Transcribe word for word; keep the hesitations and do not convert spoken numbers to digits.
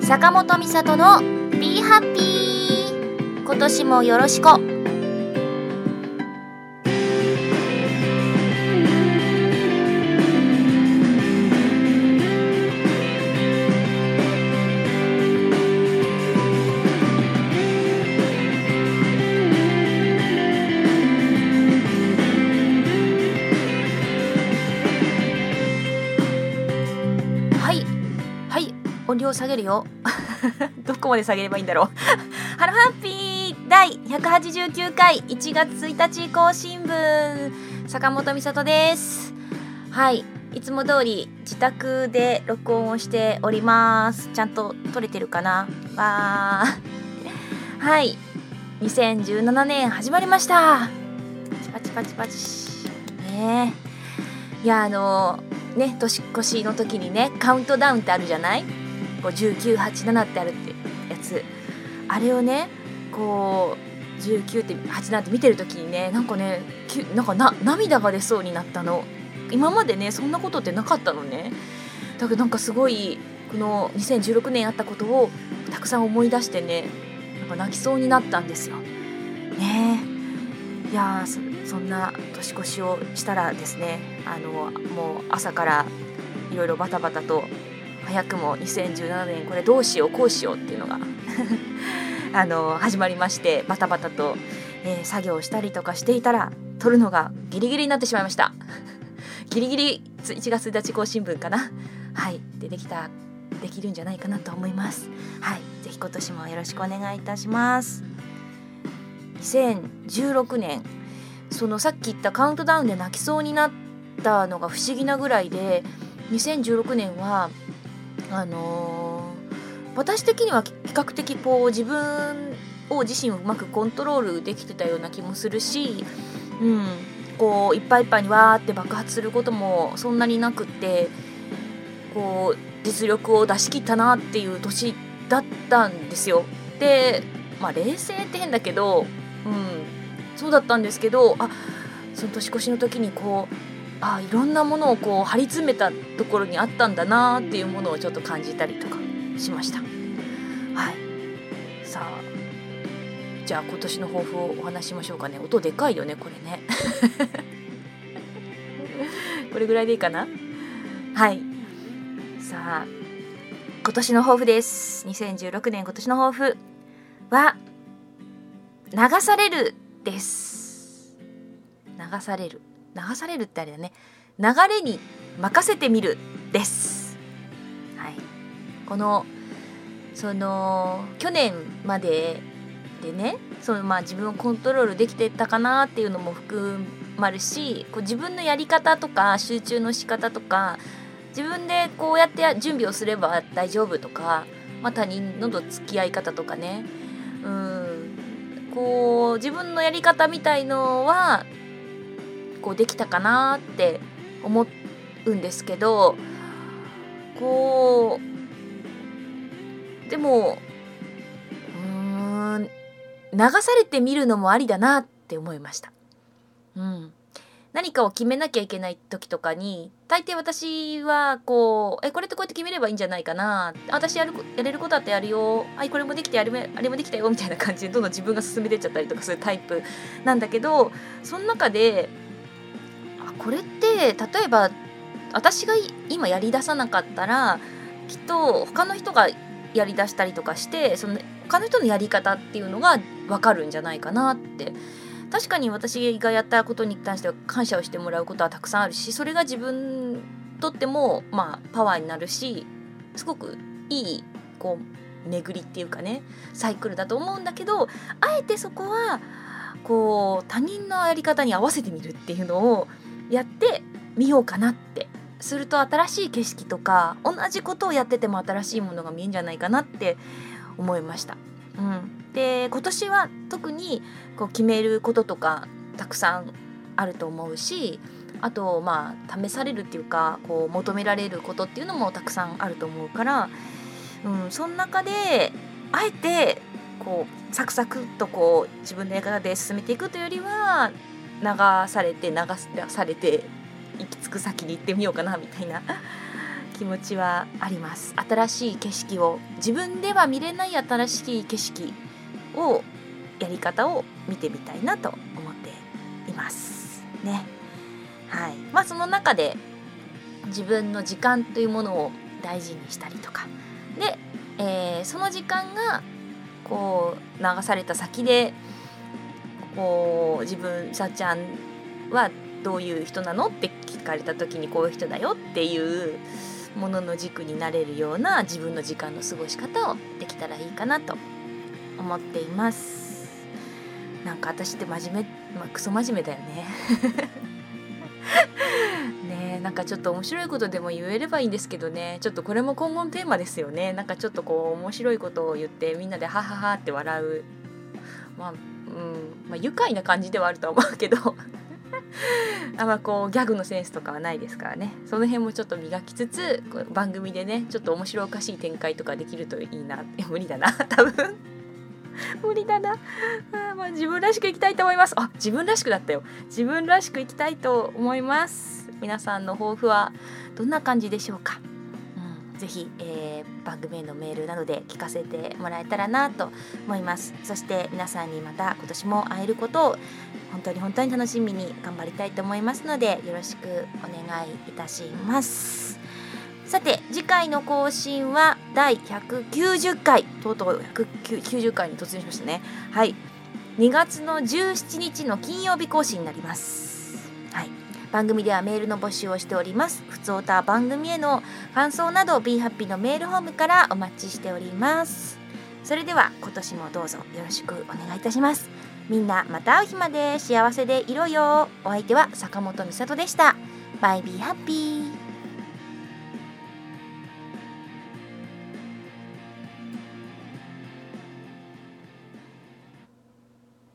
坂本美里の Be Happy。 今年もよろしく。音量下げるよどこまで下げればいいんだろうハローハッピーだいひゃくはちじゅうきゅうかいいちがつついたち更新分、坂本美里です。はい、いつも通り自宅で録音をしております。ちゃんと撮れてるかな。わーはい、にせんじゅうななねん始まりました。パチパチパチパチねえ、いやあのね年越しの時にねカウントダウンってあるじゃない。こうじゅうきゅう、はち、ななってあるってやつ、あれをねこうじゅうきゅうってはちななって見てる時にねなんかねきなんかな涙が出そうになったの。今までねそんなことってなかったのね。だけどなんかすごいこのにせんじゅうろくねんあったことをたくさん思い出してね、なんか泣きそうになったんですよね。いや そ, そんな年越しをしたらですね、あのもう朝からいろいろバタバタと早くもにせんじゅうななねんこれどうしようこうしようっていうのがあの始まりまして、バタバタと、えー、作業したりとかしていたら撮るのがギリギリになってしまいましたギリギリいちがつついたち更新分かな。はいでできたできるんじゃないかなと思います。はい、ぜひ今年もよろしくお願いいたします。にせんじゅうろくねん、そのさっき言ったカウントダウンで泣きそうになったのが不思議なぐらいで、にせんじゅうろくねんはあのー、私的には比較的こう自分を自身をうまくコントロールできてたような気もするし、うん、こういっぱいいっぱいにわーって爆発することもそんなになくって、こう実力を出し切ったなっていう年だったんですよ。で、まあ冷静って変だけど、うん、そうだったんですけど、あその年越しの時にこうあいろんなものをこう張り詰めたところにあったんだなっていうものをちょっと感じたりとかしました。はい、さあじゃあ今年の抱負をお話しましょうかね。音でかいよねこれねこれぐらいでいいかな。はい、さあ今年の抱負です。にせんじゅうろくねん今年の抱負は流されるです。流される流されるってあれだね、流れに任せてみるです。はい、このその去年まででね、そのまあ自分をコントロールできてたかなっていうのも含まるし、こう自分のやり方とか集中の仕方とか自分でこうやって準備をすれば大丈夫とか、まあ、他人の付き合い方とかね、うんこう自分のやり方みたいのはこうできたかなって思うんですけど、こうでもうーん流されてみるのもありだなって思いました。うん、何かを決めなきゃいけない時とかに大抵私はこうえこれってこうやって決めればいいんじゃないかな、私やるやれることだってやるよ、あこれもできてあれもあれもできたよみたいな感じでどんどん自分が進めてっちゃったりとかするタイプなんだけど、その中でこれって例えば私が今やりださなかったらきっと他の人がやりだしたりとかして、その他の人のやり方っていうのが分かるんじゃないかなって。確かに私がやったことに関しては感謝をしてもらうことはたくさんあるし、それが自分にとってもまあパワーになるし、すごくいいこう巡りっていうかねサイクルだと思うんだけど、あえてそこはこう他人のやり方に合わせてみるっていうのをやってみようかなって。すると新しい景色とか同じことをやってても新しいものが見えるんじゃないかなって思いました。うん、で今年は特にこう決めることとかたくさんあると思うし、あとまあ試されるっていうかこう求められることっていうのもたくさんあると思うから、うん、その中であえてこうサクサクっとこう自分のやり方で進めていくというよりは流されて流されて行き着く先に行ってみようかなみたいな気持ちはあります。新しい景色を、自分では見れない新しい景色を、やり方を見てみたいなと思っていますね。はい。まあその中で自分の時間というものを大事にしたりとかで、えー、その時間がこう流された先で、こう自分さっちゃんはどういう人なのって聞かれた時にこういう人だよっていうものの軸になれるような自分の時間の過ごし方をできたらいいかなと思っています。なんか私って真面目、まあ、クソ真面目だよねねえ、なんかちょっと面白いことでも言えればいいんですけどね、ちょっとこれも今後のテーマですよね。なんかちょっとこう面白いことを言ってみんなでハハハって笑う、まあ、うんまあ、愉快な感じではあると思うけどあんまこうギャグのセンスとかはないですからね。その辺もちょっと磨きつつ、こう番組でねちょっと面白おかしい展開とかできるといいな。え無理だな多分無理だなあ、まあ、自分らしく生きたいと思います。あ、自分らしくだったよ。自分らしく生きたいと思います。皆さんの抱負はどんな感じでしょうか。うん、ぜひ、えー、番組へのメールなどで聞かせてもらえたらなと思います。そして皆さんにまた今年も会えることを本当に本当に楽しみに頑張りたいと思いますので、よろしくお願いいたします。さて次回の更新はだいひゃくきゅうじゅっかい、とうとうひゃくきゅうじゅっかいに突入しましたね。はい、にがつのじゅうしちにちの金曜日更新になります。はい、番組ではメールの募集をしております。ふつおた番組への感想など Be Happy のメールホームからお待ちしております。それでは今年もどうぞよろしくお願いいたします。みんなまた会う日まで幸せでいろよ。お相手は坂本美里でした。バイビーハッピー。